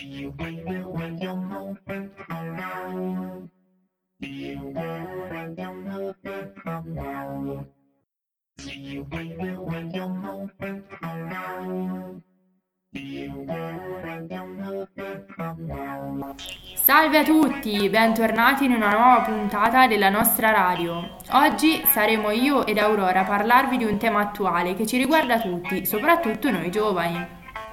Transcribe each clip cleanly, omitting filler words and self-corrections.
you baby when you're moving around? Do you know when you're moving around? See you baby when you're moving around. Do you know when you're moving around? Salve a tutti, bentornati in una nuova puntata della nostra radio. Oggi saremo io ed Aurora a parlarvi di un tema attuale che ci riguarda tutti, soprattutto noi giovani.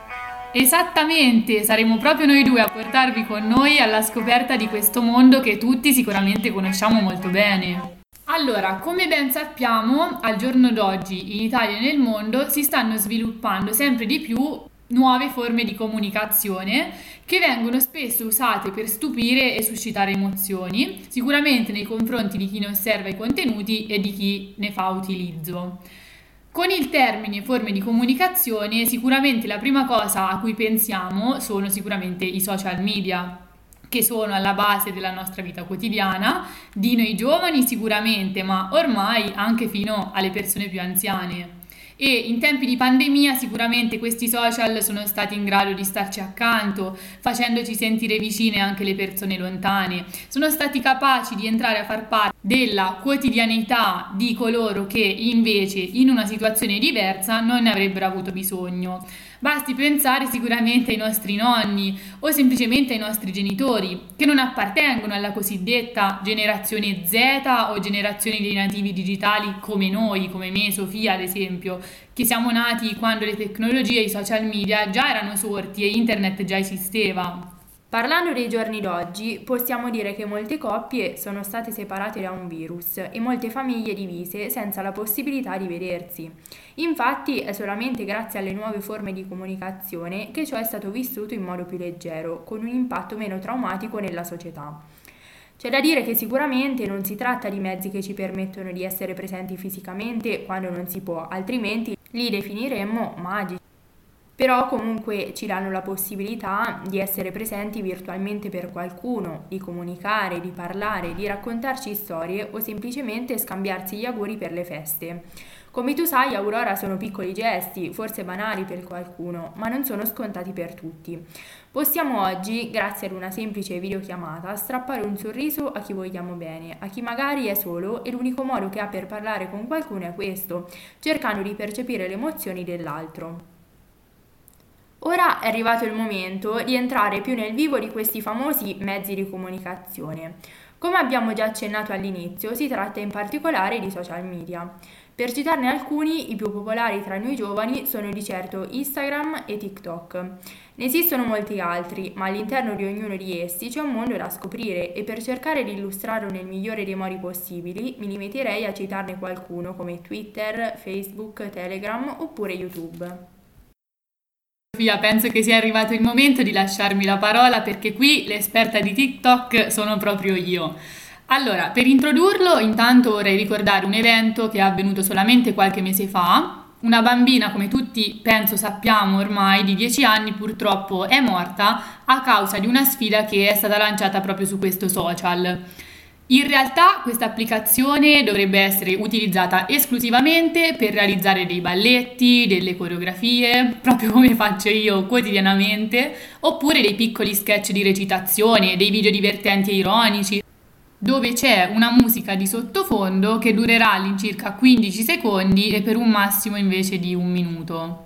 Esattamente, saremo proprio noi due a portarvi con noi alla scoperta di questo mondo che tutti sicuramente conosciamo molto bene. Allora, come ben sappiamo, al giorno d'oggi in Italia e nel mondo si stanno sviluppando sempre di più nuove forme di comunicazione che vengono spesso usate per stupire e suscitare emozioni, sicuramente nei confronti di chi ne osserva i contenuti e di chi ne fa utilizzo. Con il termine forme di comunicazione, sicuramente la prima cosa a cui pensiamo sono sicuramente i social media, che sono alla base della nostra vita quotidiana, di noi giovani sicuramente, ma ormai anche fino alle persone più anziane. E in tempi di pandemia sicuramente questi social sono stati in grado di starci accanto, facendoci sentire vicine anche le persone lontane. Sono stati capaci di entrare a far parte della quotidianità di coloro che invece in una situazione diversa non ne avrebbero avuto bisogno. Basti pensare sicuramente ai nostri nonni o semplicemente ai nostri genitori, che non appartengono alla cosiddetta generazione Z o generazione dei nativi digitali come noi, come me, Sofia ad esempio, che siamo nati quando le tecnologie e i social media già erano sorti e internet già esisteva. Parlando dei giorni d'oggi, possiamo dire che molte coppie sono state separate da un virus e molte famiglie divise senza la possibilità di vedersi. Infatti è solamente grazie alle nuove forme di comunicazione che ciò è stato vissuto in modo più leggero, con un impatto meno traumatico nella società. C'è da dire che sicuramente non si tratta di mezzi che ci permettono di essere presenti fisicamente quando non si può, altrimenti li definiremmo magici. Però comunque ci danno la possibilità di essere presenti virtualmente per qualcuno, di comunicare, di parlare, di raccontarci storie o semplicemente scambiarsi gli auguri per le feste. Come tu sai, Aurora, sono piccoli gesti, forse banali per qualcuno, ma non sono scontati per tutti. Possiamo oggi, grazie ad una semplice videochiamata, strappare un sorriso a chi vogliamo bene, a chi magari è solo e l'unico modo che ha per parlare con qualcuno è questo, cercando di percepire le emozioni dell'altro. Ora è arrivato il momento di entrare più nel vivo di questi famosi mezzi di comunicazione. Come abbiamo già accennato all'inizio, si tratta in particolare di social media. Per citarne alcuni, i più popolari tra noi giovani sono di certo Instagram e TikTok. Ne esistono molti altri, ma all'interno di ognuno di essi c'è un mondo da scoprire e per cercare di illustrarlo nel migliore dei modi possibili, mi limiterei a citarne qualcuno come Twitter, Facebook, Telegram oppure YouTube. Sofia, penso che sia arrivato il momento di lasciarmi la parola perché qui l'esperta di TikTok sono proprio io. Allora, per introdurlo, intanto vorrei ricordare un evento che è avvenuto solamente qualche mese fa. Una bambina, come tutti penso sappiamo ormai, di 10 anni purtroppo è morta a causa di una sfida che è stata lanciata proprio su questo social. In realtà questa applicazione dovrebbe essere utilizzata esclusivamente per realizzare dei balletti, delle coreografie, proprio come faccio io quotidianamente, oppure dei piccoli sketch di recitazione, dei video divertenti e ironici, dove c'è una musica di sottofondo che durerà all'incirca 15 secondi e per un massimo invece di 1 minuto.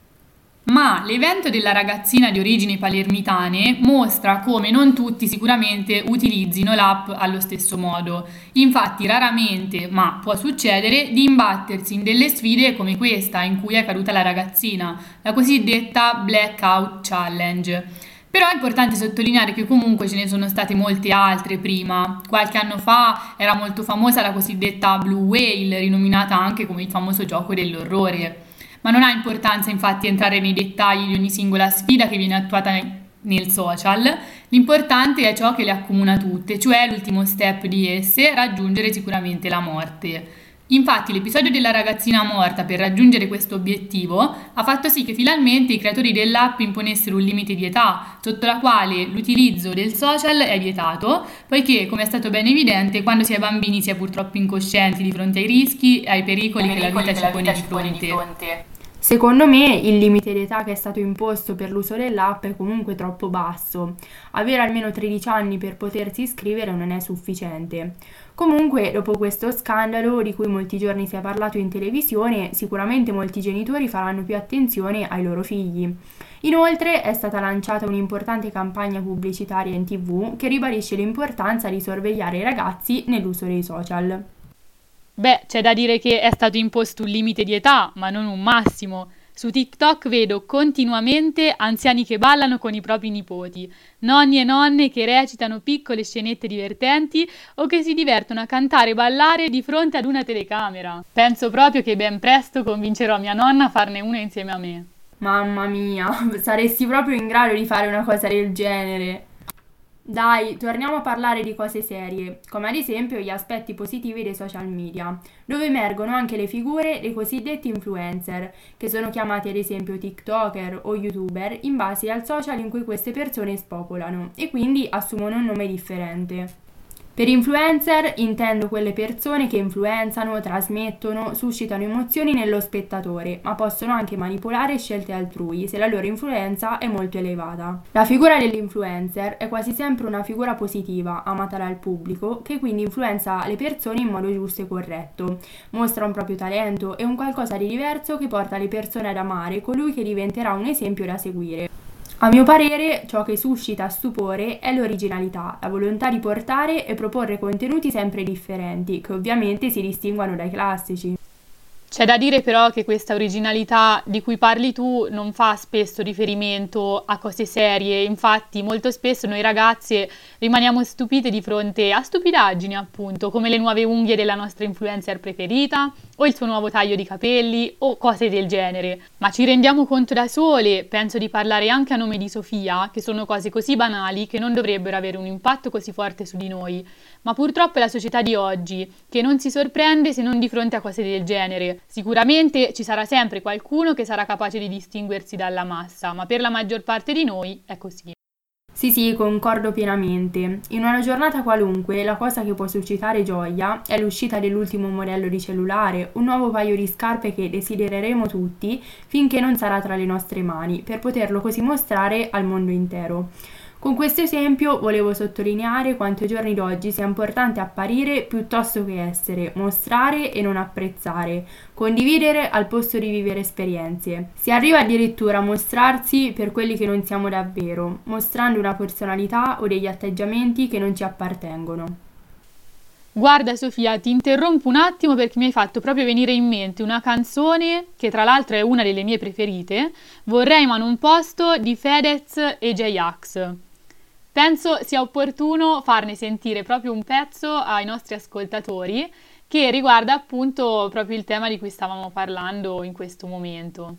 Ma l'evento della ragazzina di origini palermitane mostra come non tutti sicuramente utilizzino l'app allo stesso modo. Infatti raramente, ma può succedere, di imbattersi in delle sfide come questa in cui è caduta la ragazzina, la cosiddetta Blackout Challenge. Però è importante sottolineare che comunque ce ne sono state molte altre prima. Qualche anno fa era molto famosa la cosiddetta Blue Whale, rinominata anche come il famoso gioco dell'orrore. Ma non ha importanza infatti entrare nei dettagli di ogni singola sfida che viene attuata nel social, l'importante è ciò che le accomuna tutte, cioè l'ultimo step di esse, raggiungere sicuramente la morte. Infatti l'episodio della ragazzina morta per raggiungere questo obiettivo ha fatto sì che finalmente i creatori dell'app imponessero un limite di età, sotto la quale l'utilizzo del social è vietato, poiché, come è stato ben evidente, quando si è bambini si è purtroppo incoscienti di fronte ai rischi e ai pericoli che la vita ci pone di fronte. Secondo me il limite d'età che è stato imposto per l'uso dell'app è comunque troppo basso. Avere almeno 13 anni per potersi iscrivere non è sufficiente. Comunque, dopo questo scandalo di cui molti giorni si è parlato in televisione, sicuramente molti genitori faranno più attenzione ai loro figli. Inoltre è stata lanciata un'importante campagna pubblicitaria in TV che ribadisce l'importanza di sorvegliare i ragazzi nell'uso dei social. Beh, c'è da dire che è stato imposto un limite di età, ma non un massimo. Su TikTok vedo continuamente anziani che ballano con i propri nipoti, nonni e nonne che recitano piccole scenette divertenti o che si divertono a cantare e ballare di fronte ad una telecamera. Penso proprio che ben presto convincerò mia nonna a farne una insieme a me. Mamma mia, saresti proprio in grado di fare una cosa del genere. Dai, torniamo a parlare di cose serie, come ad esempio gli aspetti positivi dei social media, dove emergono anche le figure dei cosiddetti influencer, che sono chiamati ad esempio TikToker o YouTuber in base al social in cui queste persone spopolano e quindi assumono un nome differente. Per influencer intendo quelle persone che influenzano, trasmettono, suscitano emozioni nello spettatore, ma possono anche manipolare scelte altrui se la loro influenza è molto elevata. La figura dell'influencer è quasi sempre una figura positiva, amata dal pubblico, che quindi influenza le persone in modo giusto e corretto, mostra un proprio talento e un qualcosa di diverso che porta le persone ad amare colui che diventerà un esempio da seguire. A mio parere, ciò che suscita stupore è l'originalità, la volontà di portare e proporre contenuti sempre differenti, che ovviamente si distinguono dai classici. C'è da dire però che questa originalità di cui parli tu non fa spesso riferimento a cose serie, infatti molto spesso noi ragazze rimaniamo stupite di fronte a stupidaggini appunto, come le nuove unghie della nostra influencer preferita o il suo nuovo taglio di capelli o cose del genere, ma ci rendiamo conto da sole, penso di parlare anche a nome di Sofia, che sono cose così banali che non dovrebbero avere un impatto così forte su di noi. Ma purtroppo è la società di oggi, che non si sorprende se non di fronte a cose del genere. Sicuramente ci sarà sempre qualcuno che sarà capace di distinguersi dalla massa, ma per la maggior parte di noi è così. Sì, concordo pienamente. In una giornata qualunque, la cosa che può suscitare gioia è l'uscita dell'ultimo modello di cellulare, un nuovo paio di scarpe che desidereremo tutti finché non sarà tra le nostre mani, per poterlo così mostrare al mondo intero. Con questo esempio volevo sottolineare quanto ai giorni d'oggi sia importante apparire piuttosto che essere, mostrare e non apprezzare, condividere al posto di vivere esperienze. Si arriva addirittura a mostrarsi per quelli che non siamo davvero, mostrando una personalità o degli atteggiamenti che non ci appartengono. Guarda Sofia, ti interrompo un attimo perché mi hai fatto proprio venire in mente una canzone che tra l'altro è una delle mie preferite, Vorrei ma non posto di Fedez e J-Ax. Penso sia opportuno farne sentire proprio un pezzo ai nostri ascoltatori che riguarda appunto proprio il tema di cui stavamo parlando in questo momento.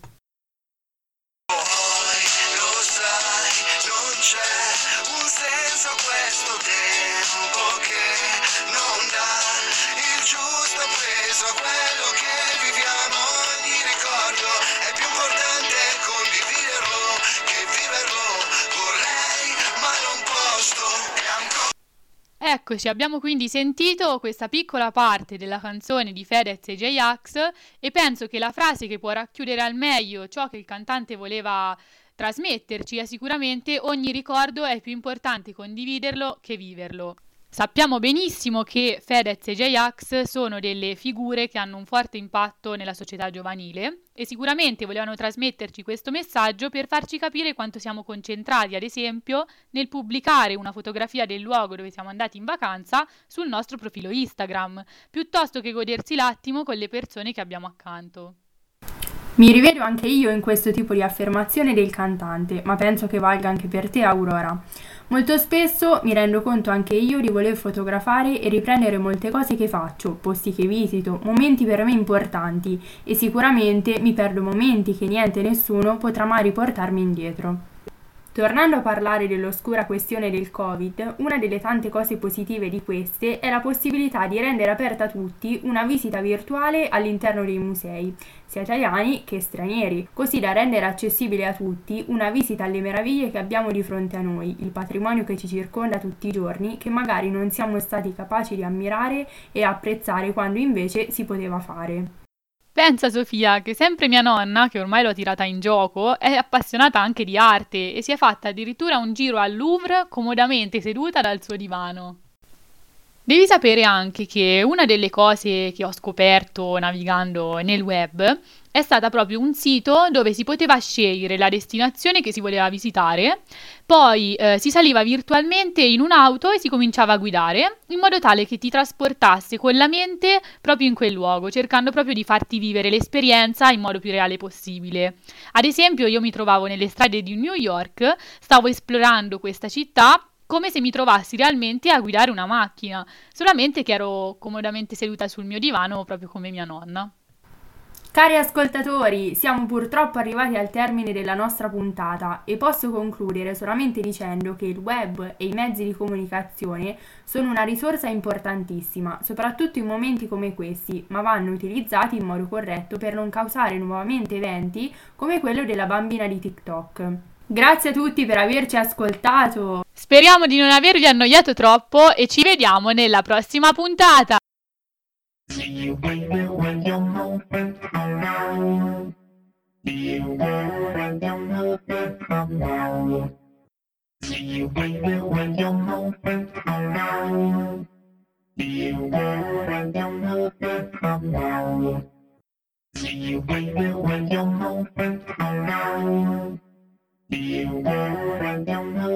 Lo sai, non c'è un senso a questo tempo che non dà il giusto peso a quello che viviamo. Ogni ricordo è più importante condividerlo che viverlo. Vorrei, ma non posso. E ancora. Eccoci, abbiamo quindi sentito questa piccola parte della canzone di Fedez e J-Ax e penso che la frase che può racchiudere al meglio ciò che il cantante voleva trasmetterci è sicuramente ogni ricordo è più importante condividerlo che viverlo. Sappiamo benissimo che Fedez e J-Ax sono delle figure che hanno un forte impatto nella società giovanile e sicuramente volevano trasmetterci questo messaggio per farci capire quanto siamo concentrati, ad esempio, nel pubblicare una fotografia del luogo dove siamo andati in vacanza sul nostro profilo Instagram, piuttosto che godersi l'attimo con le persone che abbiamo accanto. Mi rivedo anche io in questo tipo di affermazione del cantante, ma penso che valga anche per te, Aurora. Molto spesso mi rendo conto anche io di voler fotografare e riprendere molte cose che faccio, posti che visito, momenti per me importanti e sicuramente mi perdo momenti che niente e nessuno potrà mai riportarmi indietro. Tornando a parlare dell'oscura questione del Covid, una delle tante cose positive di queste è la possibilità di rendere aperta a tutti una visita virtuale all'interno dei musei, sia italiani che stranieri, così da rendere accessibile a tutti una visita alle meraviglie che abbiamo di fronte a noi, il patrimonio che ci circonda tutti i giorni, che magari non siamo stati capaci di ammirare e apprezzare quando invece si poteva fare. Pensa Sofia che sempre mia nonna, che ormai l'ho tirata in gioco, è appassionata anche di arte e si è fatta addirittura un giro al Louvre comodamente seduta dal suo divano. Devi sapere anche che una delle cose che ho scoperto navigando nel web è stata proprio un sito dove si poteva scegliere la destinazione che si voleva visitare, poi si saliva virtualmente in un'auto e si cominciava a guidare, in modo tale che ti trasportasse con la mente proprio in quel luogo, cercando proprio di farti vivere l'esperienza in modo più reale possibile. Ad esempio, io mi trovavo nelle strade di New York, stavo esplorando questa città come se mi trovassi realmente a guidare una macchina, solamente che ero comodamente seduta sul mio divano proprio come mia nonna. Cari ascoltatori, siamo purtroppo arrivati al termine della nostra puntata e posso concludere solamente dicendo che il web e i mezzi di comunicazione sono una risorsa importantissima, soprattutto in momenti come questi, ma vanno utilizzati in modo corretto per non causare nuovamente eventi come quello della bambina di TikTok. Grazie a tutti per averci ascoltato. Speriamo di non avervi annoiato troppo e ci vediamo nella prossima puntata. See you, baby, when you're moving around. Do you wanna move it from now? See you, baby, when you're moving around. Do you wanna move it from now? See you, baby, when you're moving around. Do you wanna move